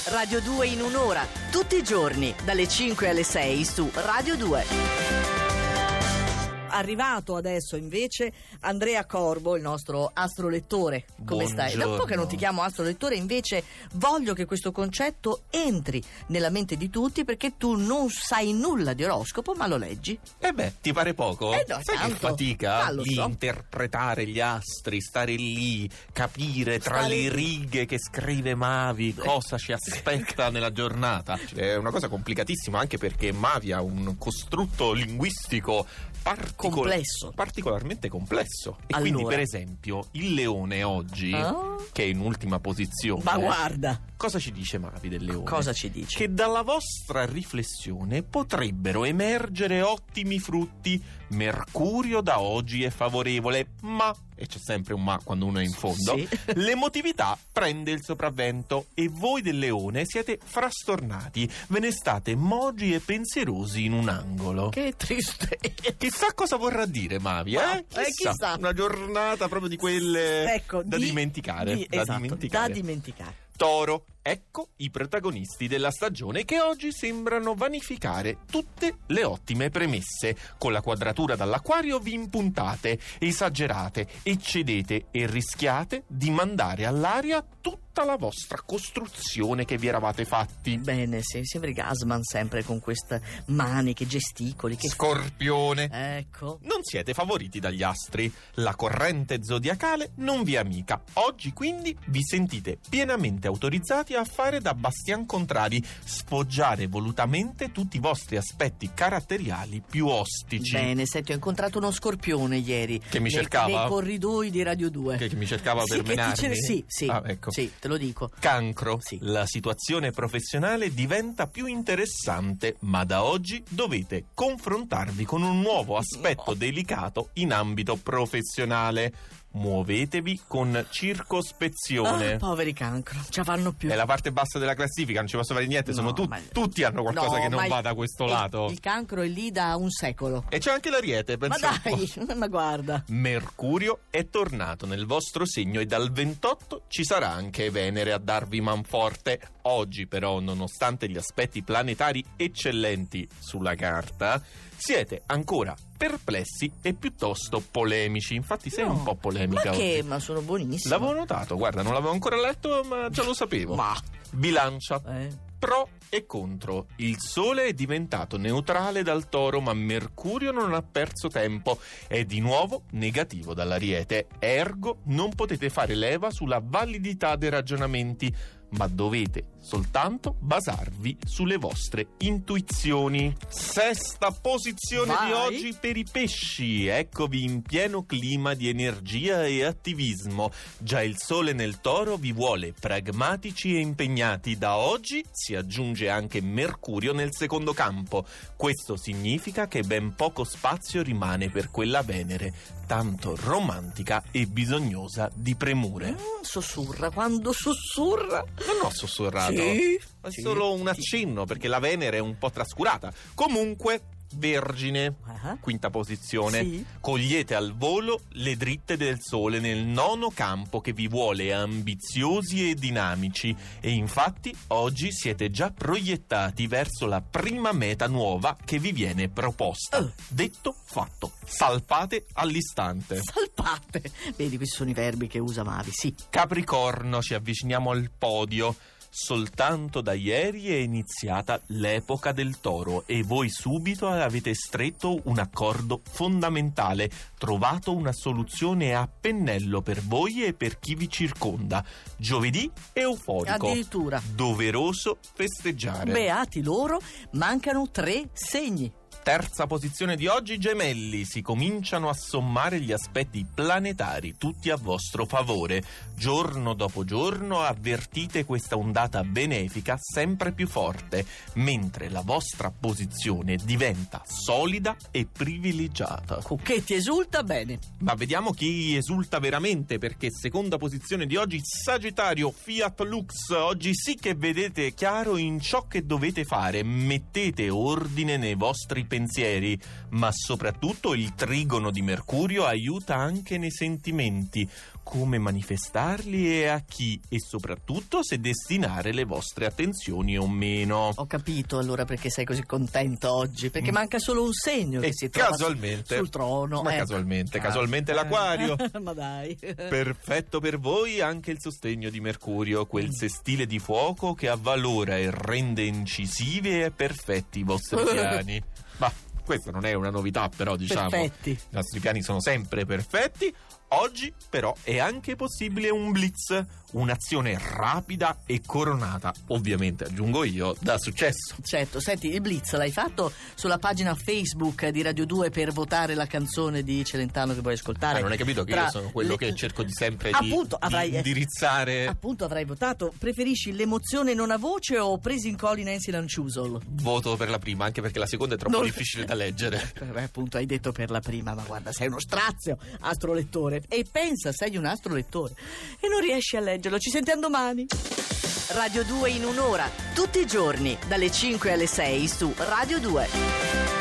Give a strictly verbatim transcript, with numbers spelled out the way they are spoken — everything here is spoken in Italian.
Radio due in un'ora, tutti i giorni, dalle cinque alle sei su Radio due. Arrivato adesso invece Andrea Corbo, il nostro astrolettore. Come Buongiorno. stai? Da un po' che non ti chiamo astrolettore, invece voglio che questo concetto entri nella mente di tutti, perché tu non sai nulla di oroscopo, ma lo leggi. Eh beh, ti pare poco? Eh no, Sai tanto. che fatica Ah, lo di so. interpretare gli astri, stare lì, capire tra Stare le lì. righe che scrive Mavi cosa ci aspetta nella giornata. È una cosa complicatissima, anche perché Mavi ha un costrutto linguistico particol- Complesso. particolarmente complesso. E Allora. quindi, per esempio, il leone oggi, Ah. che è in ultima posizione, Ma guarda, cosa ci dice Mavi del leone? cosa ci dici? Che dalla vostra riflessione potrebbero emergere ottimi frutti. Mercurio da oggi è favorevole, ma, e c'è sempre un ma quando uno è in fondo, Sì. l'emotività prende il sopravvento e voi del leone siete frastornati, ve ne state mogi e pensierosi in un angolo. Che tristezza. Chissà cosa vorrà dire Mavi, Ma- eh? eh, chissà. Una giornata proprio di quelle Ecco, da di- dimenticare. di- da esatto, dimenticare. da dimenticare. Toro, ecco i protagonisti della stagione che oggi sembrano vanificare tutte le ottime premesse. Con la quadratura dall'Acquario vi impuntate, esagerate, eccedete e rischiate di mandare all'aria tutta la vostra costruzione che vi eravate fatti. Bene, sì, sembri Gasman sempre con queste mani che gesticoli. Che... Scorpione. Ecco. Non siete favoriti dagli astri, la corrente zodiacale non vi è amica. Oggi quindi vi sentite pienamente autorizzati a fare da bastian contrari, sfoggiare volutamente tutti i vostri aspetti caratteriali più ostici. Bene, senti, ho incontrato uno scorpione ieri. Che mi nei, cercava? Nei corridoi di Radio due. Che, che mi cercava Sì, per che ti menarmi? cer- Sì, sì, Ah, ecco. sì, te lo dico. Cancro, Sì. la situazione professionale diventa più interessante, ma da oggi dovete confrontarvi con un nuovo aspetto No. delicato in ambito professionale. Muovetevi con circospezione. Ah, poveri cancro, non ce la fanno più. È la parte bassa della classifica, non ci posso fare niente, sono No, tu- ma- tutti hanno qualcosa No, che non ma il- va da questo il- lato. Il cancro è lì da un secolo. E c'è anche l'Ariete, Ma pensa un po'. dai, ma guarda. Mercurio è tornato nel vostro segno e dal ventotto ci sarà anche Venere a darvi manforte. Oggi però, nonostante gli aspetti planetari eccellenti sulla carta, siete ancora perplessi e piuttosto polemici. Infatti sei No, un po' polemica Ma che? oggi. Ma sono buonissimo. L'avevo notato, guarda, non l'avevo ancora letto, ma già lo sapevo. Ma. Bilancia. Eh. Pro e contro. Il Sole è diventato neutrale dal Toro, ma Mercurio non ha perso tempo. È di nuovo negativo dall'Ariete. Ergo, non potete fare leva sulla validità dei ragionamenti, ma dovete soltanto basarvi sulle vostre intuizioni. Sesta posizione Vai. di oggi per i pesci. Eccovi in pieno clima di energia e attivismo. Già il Sole nel Toro vi vuole pragmatici e impegnati. Da oggi si aggiunge anche Mercurio nel secondo campo. Questo significa che ben poco spazio rimane per quella Venere, tanto romantica e bisognosa di premure. Mm, sussurra, quando sussurra. Non ho sussurrato. Sì, È sì, solo un sì. accenno, perché la Venere è un po' trascurata. Comunque, Vergine, Ah, quinta posizione. Sì. Cogliete al volo le dritte del Sole nel nono campo che vi vuole ambiziosi e dinamici. E infatti oggi siete già proiettati verso la prima meta nuova che vi viene proposta. Oh. Detto, fatto. Salpate all'istante. Salpate. Vedi, questi sono i verbi che usa Mavi, sì. Capricorno, ci avviciniamo al podio. Soltanto da ieri è iniziata l'epoca del Toro e voi subito avete stretto un accordo fondamentale, trovato una soluzione a pennello per voi e per chi vi circonda. Giovedì euforico, Addirittura. doveroso festeggiare. Beati loro, mancano tre segni. Terza posizione di oggi, Gemelli. Si cominciano a sommare gli aspetti planetari, tutti a vostro favore. Giorno dopo giorno avvertite questa ondata benefica sempre più forte, mentre la vostra posizione diventa solida e privilegiata. Cucchetti esulta, bene. Ma vediamo chi esulta veramente, perché seconda posizione di oggi, Sagittario, Fiat Lux. Oggi sì che vedete chiaro in ciò che dovete fare. Mettete ordine nei vostri pensieri, ma soprattutto il trigono di Mercurio aiuta anche nei sentimenti. come manifestarli e a chi, e soprattutto se destinare le vostre attenzioni o meno. Ho capito allora perché sei così contento oggi, perché Mm. manca solo un segno che E si trova casualmente, sul trono. ma ecco. casualmente, Ah, casualmente eh. l'Aquario. Ma dai. Perfetto per voi anche il sostegno di Mercurio, quel sestile di fuoco che avvalora e rende incisivi e perfetti i vostri piani. Ma questa non è una novità, però diciamo Perfetti. i nostri piani sono sempre perfetti. Oggi però è anche possibile un blitz, un'azione rapida e coronata, ovviamente aggiungo io, da successo. Certo, senti, il blitz l'hai fatto sulla pagina Facebook di Radio due per votare la canzone di Celentano che vuoi ascoltare. Ah, non hai capito che Tra io sono quello le- che cerco di sempre Appunto, di, avrai- di indirizzare. Appunto avrai votato. Preferisci l'emozione non a voce o presi in call in Nancy Lanciusol? Voto per la prima, anche perché la seconda è troppo Non- difficile da leggere. Eh, beh, appunto hai detto per la prima, ma guarda, sei uno strazio, astrolettore. E pensa, sei un astrolettore e non riesci a leggerlo. Ci sentiamo domani. Radio due in un'ora, tutti i giorni, dalle cinque alle sei su Radio due.